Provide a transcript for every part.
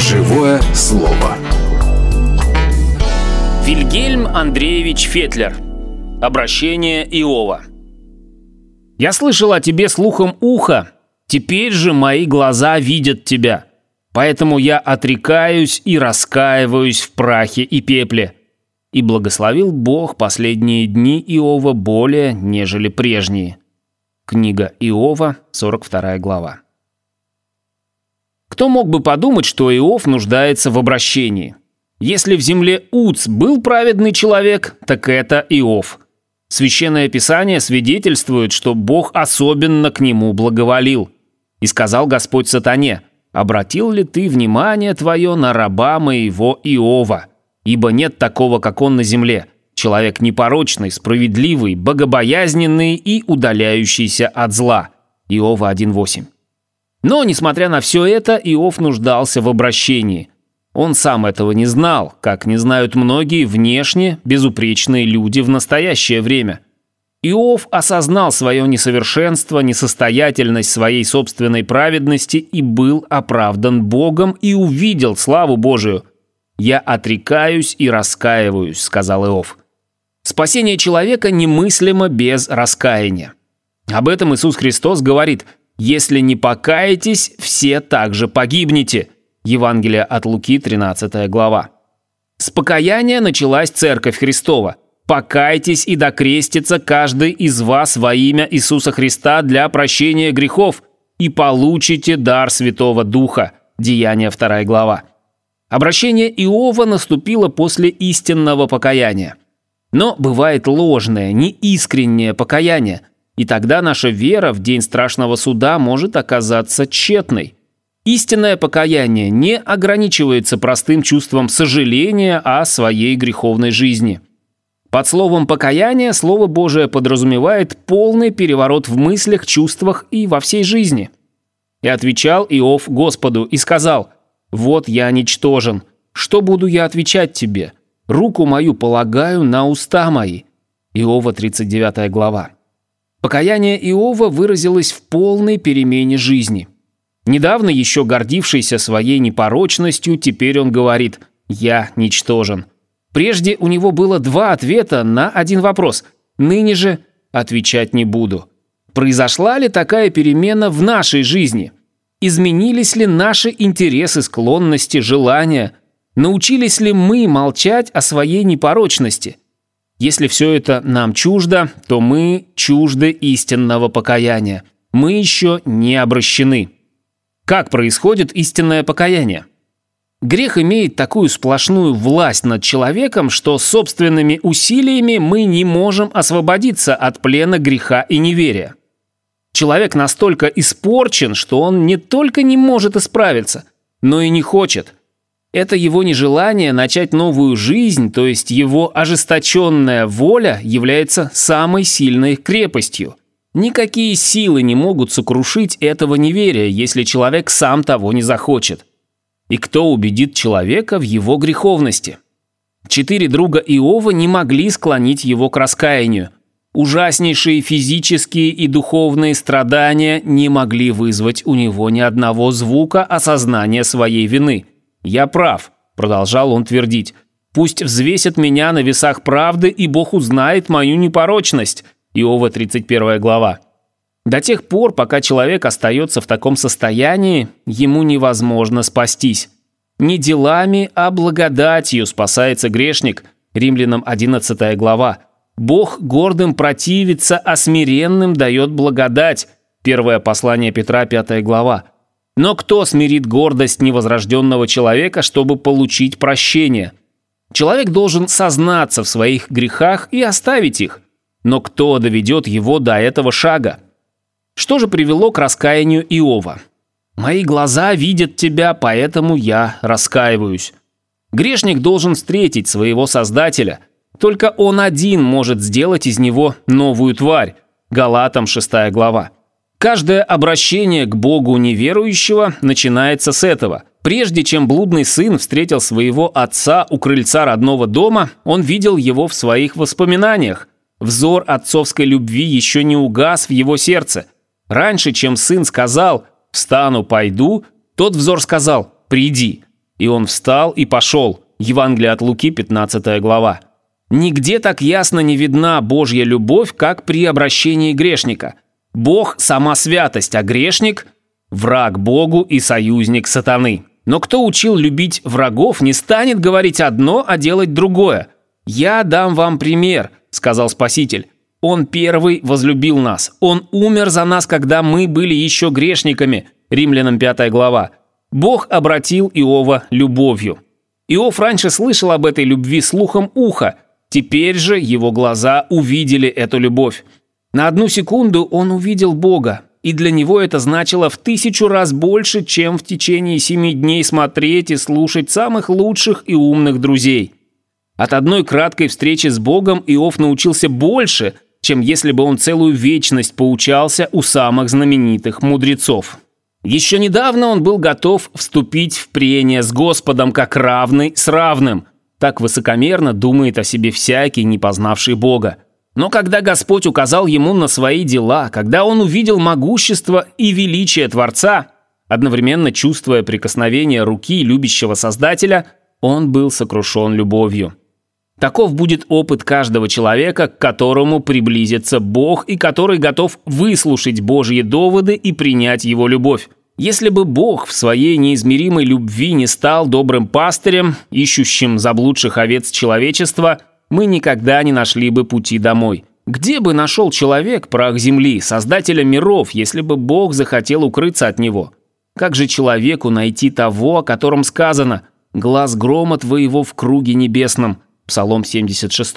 Живое слово. Вильгельм Андреевич Фетлер. Обращение Иова. «Я слышал о тебе слухом уха, теперь же мои глаза видят тебя. Поэтому я отрекаюсь и раскаиваюсь в прахе и пепле. И благословил Бог последние дни Иова более, нежели прежние». Книга Иова, 42 глава. Кто мог бы подумать, что Иов нуждается в обращении? Если в земле Уц был праведный человек, так это Иов. Священное Писание свидетельствует, что Бог особенно к нему благоволил. И сказал Господь сатане: «Обратил ли ты внимание твое на раба моего Иова? Ибо нет такого, как он на земле, человек непорочный, справедливый, богобоязненный и удаляющийся от зла». Иова 1:8. Но, несмотря на все это, Иов нуждался в обращении. Он сам этого не знал, как не знают многие внешне безупречные люди в настоящее время. Иов осознал свое несовершенство, несостоятельность своей собственной праведности и был оправдан Богом и увидел славу Божию. «Я отрекаюсь и раскаиваюсь», — сказал Иов. Спасение человека немыслимо без раскаяния. Об этом Иисус Христос говорит: «Если не покаетесь, все также погибнете». Евангелие от Луки, 13 глава. С покаяния началась Церковь Христова. «Покайтесь и докрестится каждый из вас во имя Иисуса Христа для прощения грехов, и получите дар Святого Духа». Деяния 2 глава. Обращение Иова наступило после истинного покаяния. Но бывает ложное, неискреннее покаяние, и тогда наша вера в день страшного суда может оказаться тщетной. Истинное покаяние не ограничивается простым чувством сожаления о своей греховной жизни. Под словом «покаяние» Слово Божие подразумевает полный переворот в мыслях, чувствах и во всей жизни. «И отвечал Иов Господу и сказал: вот я ничтожен, что буду я отвечать тебе? Руку мою полагаю на уста мои». Иова 39 глава. Покаяние Иова выразилось в полной перемене жизни. Недавно еще гордившийся своей непорочностью, теперь он говорит: «Я ничтожен». Прежде у него было два ответа на один вопрос. Ныне же отвечать не буду. Произошла ли такая перемена в нашей жизни? Изменились ли наши интересы, склонности, желания? Научились ли мы молчать о своей непорочности? Если все это нам чуждо, то мы чужды истинного покаяния. Мы еще не обращены. Как происходит истинное покаяние? Грех имеет такую сплошную власть над человеком, что собственными усилиями мы не можем освободиться от плена греха и неверия. Человек настолько испорчен, что он не только не может исправиться, но и не хочет. Это его нежелание начать новую жизнь, то есть его ожесточенная воля, является самой сильной крепостью. Никакие силы не могут сокрушить этого неверия, если человек сам того не захочет. И кто убедит человека в его греховности? 4 друга Иова не могли склонить его к раскаянию. Ужаснейшие физические и духовные страдания не могли вызвать у него ни одного звука осознания своей вины. «Я прав», — продолжал он твердить. «Пусть взвесят меня на весах правды, и Бог узнает мою непорочность». Иова 31 глава. До тех пор, пока человек остается в таком состоянии, ему невозможно спастись. Не делами, а благодатью спасается грешник. Римлянам 11 глава. Бог гордым противится, а смиренным дает благодать. Первое послание Петра, 5 глава. Но кто смирит гордость невозрожденного человека, чтобы получить прощение? Человек должен сознаться в своих грехах и оставить их. Но кто доведет его до этого шага? Что же привело к раскаянию Иова? «Мои глаза видят тебя, поэтому я раскаиваюсь». Грешник должен встретить своего Создателя. Только он один может сделать из него новую тварь. Галатам 6 глава. Каждое обращение к Богу неверующего начинается с этого. Прежде чем блудный сын встретил своего отца у крыльца родного дома, он видел его в своих воспоминаниях. Взор отцовской любви еще не угас в его сердце. Раньше, чем сын сказал «встану, пойду», тот взор сказал «приди». И он встал и пошел. Евангелие от Луки, 15 глава. Нигде так ясно не видна Божья любовь, как при обращении грешника. Бог – сама святость, а грешник – враг Богу и союзник сатаны. Но кто учил любить врагов, не станет говорить одно, а делать другое. «Я дам вам пример», – сказал Спаситель. «Он первый возлюбил нас. Он умер за нас, когда мы были еще грешниками». Римлянам 5 глава. Бог обратил Иова любовью. Иов раньше слышал об этой любви слухом уха. Теперь же его глаза увидели эту любовь. На одну секунду он увидел Бога, и для него это значило в 1000 раз больше, чем в течение 7 дней смотреть и слушать самых лучших и умных друзей. От одной краткой встречи с Богом Иов научился больше, чем если бы он целую вечность поучался у самых знаменитых мудрецов. Еще недавно он был готов вступить в прение с Господом как равный с равным. Так высокомерно думает о себе всякий, не познавший Бога. Но когда Господь указал ему на свои дела, когда он увидел могущество и величие Творца, одновременно чувствуя прикосновение руки любящего Создателя, он был сокрушен любовью. Таков будет опыт каждого человека, к которому приблизится Бог и который готов выслушать Божьи доводы и принять его любовь. Если бы Бог в своей неизмеримой любви не стал добрым пастырем, ищущим заблудших овец человечества, мы никогда не нашли бы пути домой. Где бы нашел человек прах земли, создателя миров, если бы Бог захотел укрыться от него? Как же человеку найти того, о котором сказано «глас грома твоего в круге небесном» Псалом 76.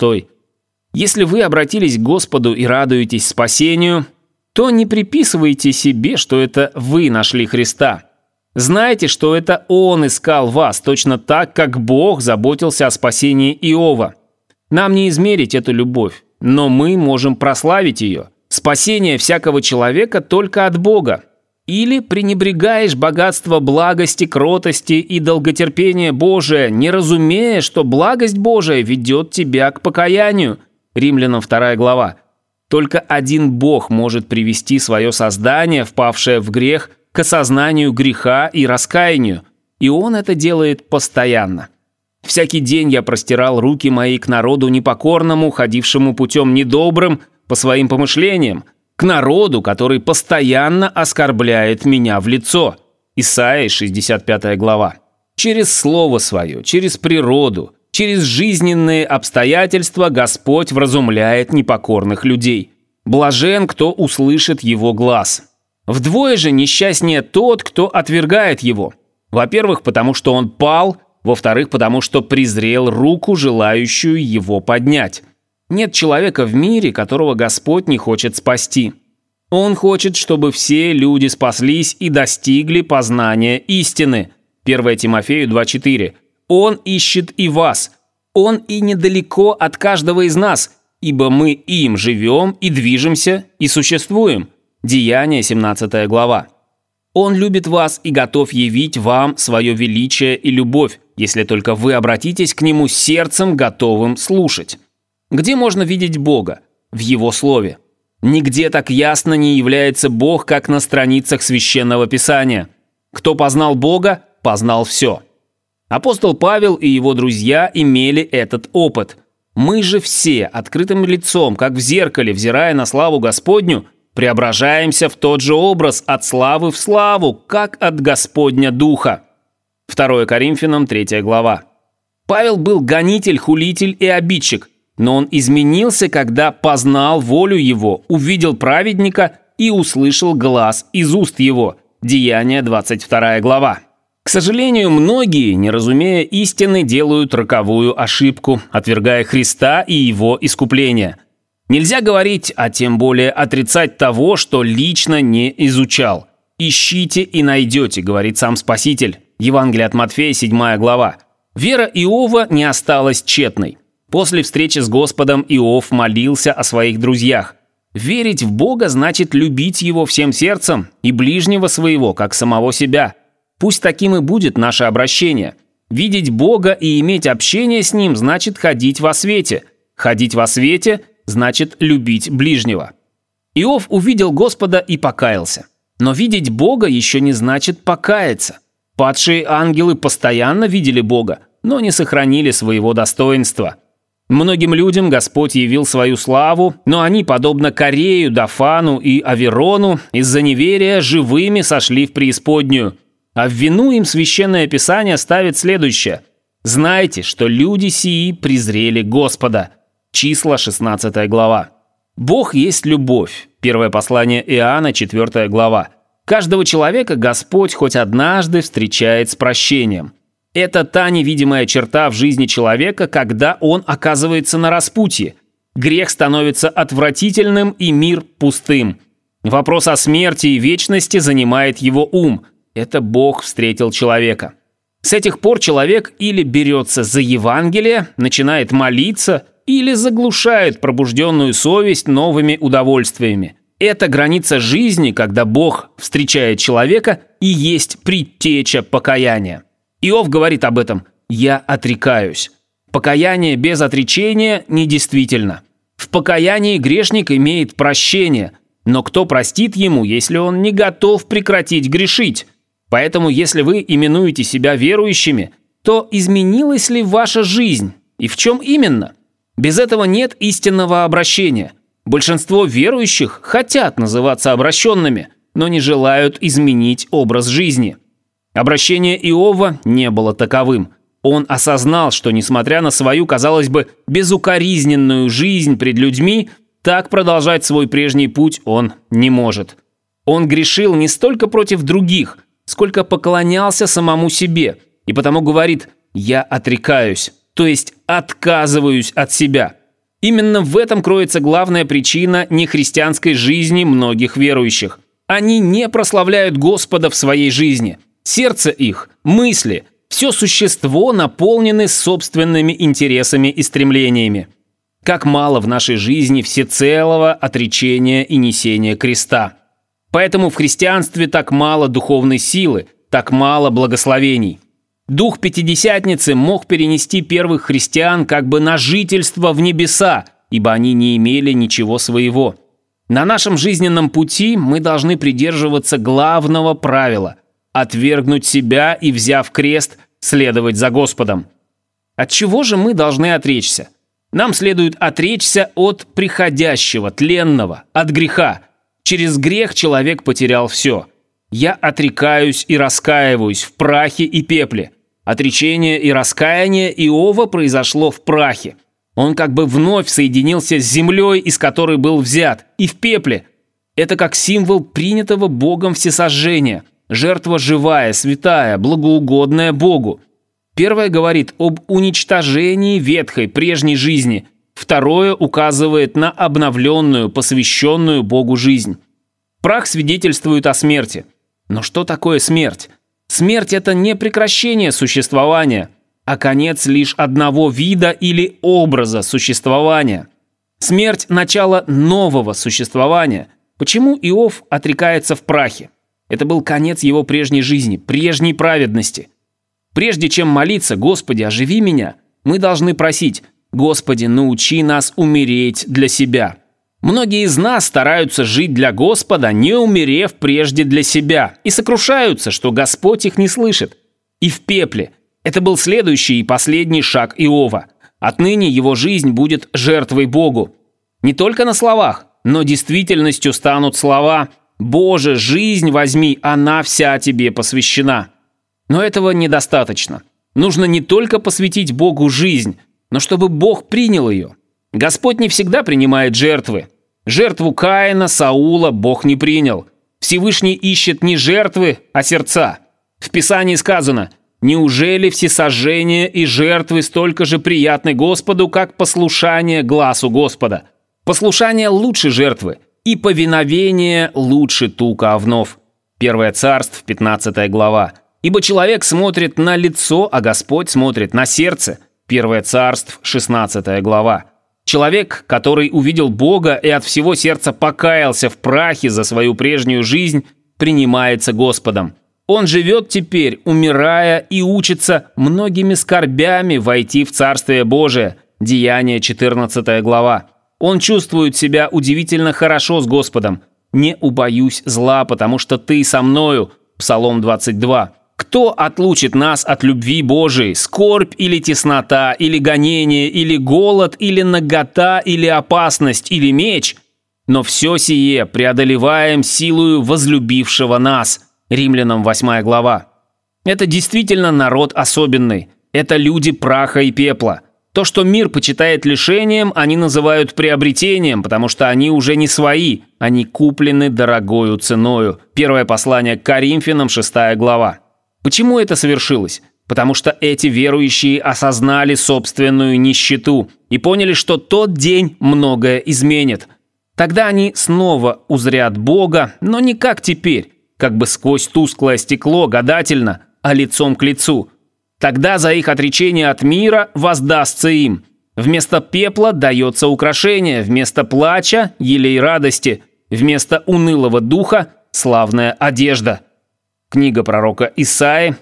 Если вы обратились к Господу и радуетесь спасению, то не приписывайте себе, что это вы нашли Христа. Знайте, что это Он искал вас, точно так, как Бог заботился о спасении Иова. Нам не измерить эту любовь, но мы можем прославить ее. Спасение всякого человека только от Бога. Или пренебрегаешь богатство благости, кротости и долготерпения Божия, не разумея, что благость Божия ведет тебя к покаянию. Римлянам 2 глава. Только один Бог может привести свое создание, впавшее в грех, к осознанию греха и раскаянию, и Он это делает постоянно. Всякий день я простирал руки мои к народу непокорному, ходившему путем недобрым по своим помышлениям, к народу, который постоянно оскорбляет меня в лицо. Исайя 65 глава. Через слово свое, через природу, через жизненные обстоятельства Господь вразумляет непокорных людей. Блажен, кто услышит его глас. Вдвое же несчастнее тот, кто отвергает его. Во-первых, потому что он пал, во-вторых, потому что презрел руку, желающую его поднять. Нет человека в мире, которого Господь не хочет спасти. Он хочет, чтобы все люди спаслись и достигли познания истины. 1 Тимофею 2,4. Он ищет и вас. Он и недалеко от каждого из нас, ибо мы им живем и движемся и существуем. Деяния 17 глава. Он любит вас и готов явить вам свое величие и любовь, если только вы обратитесь к Нему сердцем, готовым слушать. Где можно видеть Бога? В Его Слове. Нигде так ясно не является Бог, как на страницах Священного Писания. Кто познал Бога, познал все. Апостол Павел и его друзья имели этот опыт. Мы же все открытым лицом, как в зеркале, взирая на славу Господню, преображаемся в тот же образ от славы в славу, как от Господня Духа. 2 Коринфянам 3 глава. Павел был гонитель, хулитель и обидчик, но он изменился, когда познал волю его, увидел праведника и услышал глас из уст его. Деяния 22 глава. К сожалению, многие, не разумея истины, делают роковую ошибку, отвергая Христа и Его искупление. Нельзя говорить, а тем более отрицать того, что лично не изучал. «Ищите и найдете», говорит сам Спаситель. Евангелие от Матфея, 7 глава. Вера Иова не осталась тщетной. После встречи с Господом Иов молился о своих друзьях. Верить в Бога значит любить Его всем сердцем и ближнего своего, как самого себя. Пусть таким и будет наше обращение. Видеть Бога и иметь общение с Ним значит ходить во свете. Ходить во свете значит любить ближнего. Иов увидел Господа и покаялся. Но видеть Бога еще не значит покаяться. Падшие ангелы постоянно видели Бога, но не сохранили своего достоинства. Многим людям Господь явил свою славу, но они, подобно Корею, Дафану и Аверону, из-за неверия живыми сошли в преисподнюю. А в вину им Священное Писание ставит следующее: «Знайте, что люди сии презрели Господа». Числа, 16 глава. Бог есть любовь. Первое послание Иоанна, 4 глава. Каждого человека Господь хоть однажды встречает с прощением. Это та невидимая черта в жизни человека, когда он оказывается на распутье. Грех становится отвратительным и мир пустым. Вопрос о смерти и вечности занимает его ум. Это Бог встретил человека. С этих пор человек или берется за Евангелие, начинает молиться, или заглушает пробужденную совесть новыми удовольствиями. Это граница жизни, когда Бог встречает человека, и есть предтеча покаяния. Иов говорит об этом: «Я отрекаюсь». Покаяние без отречения недействительно. В покаянии грешник имеет прощение, но кто простит ему, если он не готов прекратить грешить? Поэтому, если вы именуете себя верующими, то изменилась ли ваша жизнь? И в чем именно? Без этого нет истинного обращения. Большинство верующих хотят называться обращенными, но не желают изменить образ жизни. Обращение Иова не было таковым. Он осознал, что, несмотря на свою, казалось бы, безукоризненную жизнь пред людьми, так продолжать свой прежний путь он не может. Он грешил не столько против других, сколько поклонялся самому себе, и потому говорит: «Я отрекаюсь», то есть отказываюсь от себя. Именно в этом кроется главная причина нехристианской жизни многих верующих. Они не прославляют Господа в своей жизни. Сердце их, мысли, все существо наполнены собственными интересами и стремлениями. Как мало в нашей жизни всецелого отречения и несения креста. Поэтому в христианстве так мало духовной силы, так мало благословений. Дух Пятидесятницы мог перенести первых христиан как бы на жительство в небеса, ибо они не имели ничего своего. На нашем жизненном пути мы должны придерживаться главного правила – отвергнуть себя и, взяв крест, следовать за Господом. От чего же мы должны отречься? Нам следует отречься от приходящего, тленного, от греха. Через грех человек потерял все. Я отрекаюсь и раскаиваюсь в прахе и пепле. Отречение и раскаяние Иова произошло в прахе. Он как бы вновь соединился с землей, из которой был взят, и в пепле. Это как символ принятого Богом всесожжения. Жертва живая, святая, благоугодная Богу. Первое говорит об уничтожении ветхой, прежней жизни. Второе указывает на обновленную, посвященную Богу жизнь. Прах свидетельствует о смерти. Но что такое смерть? Смерть – это не прекращение существования, а конец лишь одного вида или образа существования. Смерть – начало нового существования. Почему Иов отрекается в прахе? Это был конец его прежней жизни, прежней праведности. Прежде чем молиться: «Господи, оживи меня», мы должны просить: «Господи, научи нас умереть для себя». Многие из нас стараются жить для Господа, не умерев прежде для себя, и сокрушаются, что Господь их не слышит. И в пепле. Это был следующий и последний шаг Иова. Отныне его жизнь будет жертвой Богу. Не только на словах, но действительностью станут слова: «Боже, жизнь возьми, она вся тебе посвящена». Но этого недостаточно. Нужно не только посвятить Богу жизнь, но чтобы Бог принял ее. Господь не всегда принимает жертвы. Жертву Каина, Саула Бог не принял. Всевышний ищет не жертвы, а сердца. В Писании сказано: «Неужели всесожжение и жертвы столько же приятны Господу, как послушание гласу Господа?» Послушание лучше жертвы, и повиновение лучше тука овнов. 1 Царств, 15 глава. Ибо человек смотрит на лицо, а Господь смотрит на сердце. 1 Царств, 16 глава. Человек, который увидел Бога и от всего сердца покаялся в прахе за свою прежнюю жизнь, принимается Господом. Он живет теперь, умирая, и учится многими скорбями войти в Царствие Божие. Деяния, 14 глава. Он чувствует себя удивительно хорошо с Господом. «Не убоюсь зла, потому что ты со мною» Псалом 22. Кто отлучит нас от любви Божией? Скорбь или теснота, или гонение, или голод, или нагота, или опасность, или меч? Но все сие преодолеваем силою возлюбившего нас». Римлянам 8 глава. Это действительно народ особенный. Это люди праха и пепла. То, что мир почитает лишением, они называют приобретением, потому что они уже не свои, они куплены дорогою ценою. Первое послание к Коринфянам, 6 глава. Почему это совершилось? Потому что эти верующие осознали собственную нищету и поняли, что тот день многое изменит. Тогда они снова узрят Бога, но не как теперь, как бы сквозь тусклое стекло гадательно, а лицом к лицу. Тогда за их отречение от мира воздастся им. Вместо пепла дается украшение, вместо плача – елей радости, вместо унылого духа – славная одежда. Книга пророка Исаии,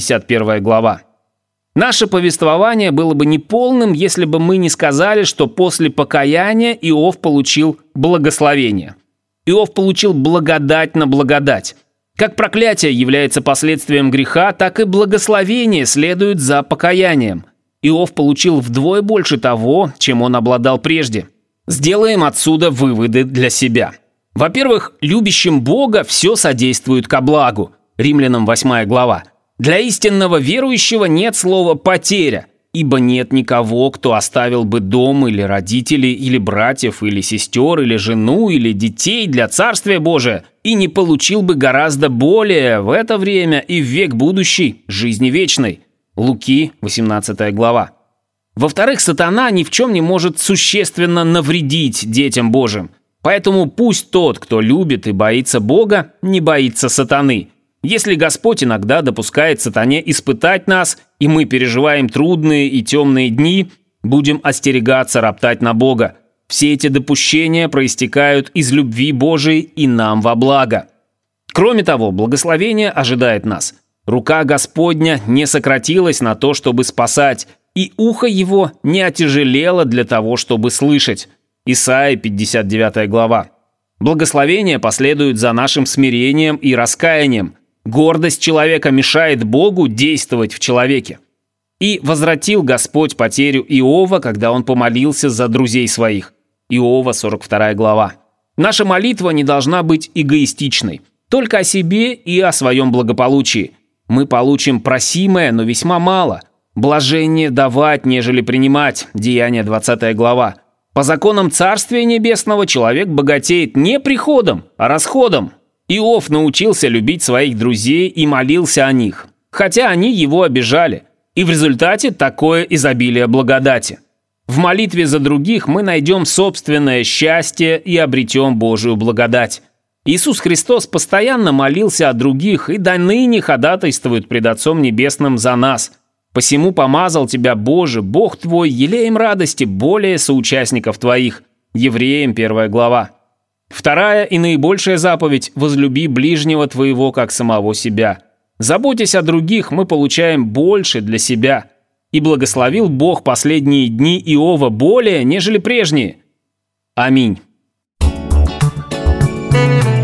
61 глава. Наше повествование было бы неполным, если бы мы не сказали, что после покаяния Иов получил благословение. Иов получил благодать на благодать. Как проклятие является последствием греха, так и благословение следует за покаянием. Иов получил вдвое больше того, чем он обладал прежде. Сделаем отсюда выводы для себя. Во-первых, любящим Бога все содействует ко благу. Римлянам 8 глава. Для истинного верующего нет слова «потеря», ибо нет никого, кто оставил бы дом или родителей, или братьев, или сестер, или жену, или детей для Царствия Божия и не получил бы гораздо более в это время и в век будущий жизни вечной. Луки, 18 глава. Во-вторых, сатана ни в чем не может существенно навредить детям Божьим. Поэтому пусть тот, кто любит и боится Бога, не боится сатаны. Если Господь иногда допускает сатане испытать нас, и мы переживаем трудные и темные дни, будем остерегаться роптать на Бога. Все эти допущения проистекают из любви Божией и нам во благо. Кроме того, благословение ожидает нас. Рука Господня не сократилась на то, чтобы спасать, и ухо его не отяжелело для того, чтобы слышать. Исайя, 59 глава. Благословение последует за нашим смирением и раскаянием. Гордость человека мешает Богу действовать в человеке. «И возвратил Господь потерю Иова, когда он помолился за друзей своих». Иова, 42 глава. Наша молитва не должна быть эгоистичной, только о себе и о своем благополучии. Мы получим просимое, но весьма мало. Блажение давать, нежели принимать. Деяния, 20 глава. По законам Царствия Небесного человек богатеет не приходом, а расходом. Иов научился любить своих друзей и молился о них, хотя они его обижали, и в результате такое изобилие благодати. В молитве за других мы найдем собственное счастье и обретем Божию благодать. Иисус Христос постоянно молился о других и до ныне ходатайствует пред Отцом Небесным за нас. «Посему помазал тебя, Боже, Бог твой, елеем радости более соучастников твоих». Евреям, 1 глава. Вторая и наибольшая заповедь – возлюби ближнего твоего, как самого себя. Заботясь о других, мы получаем больше для себя. И благословил Бог последние дни Иова более, нежели прежние. Аминь.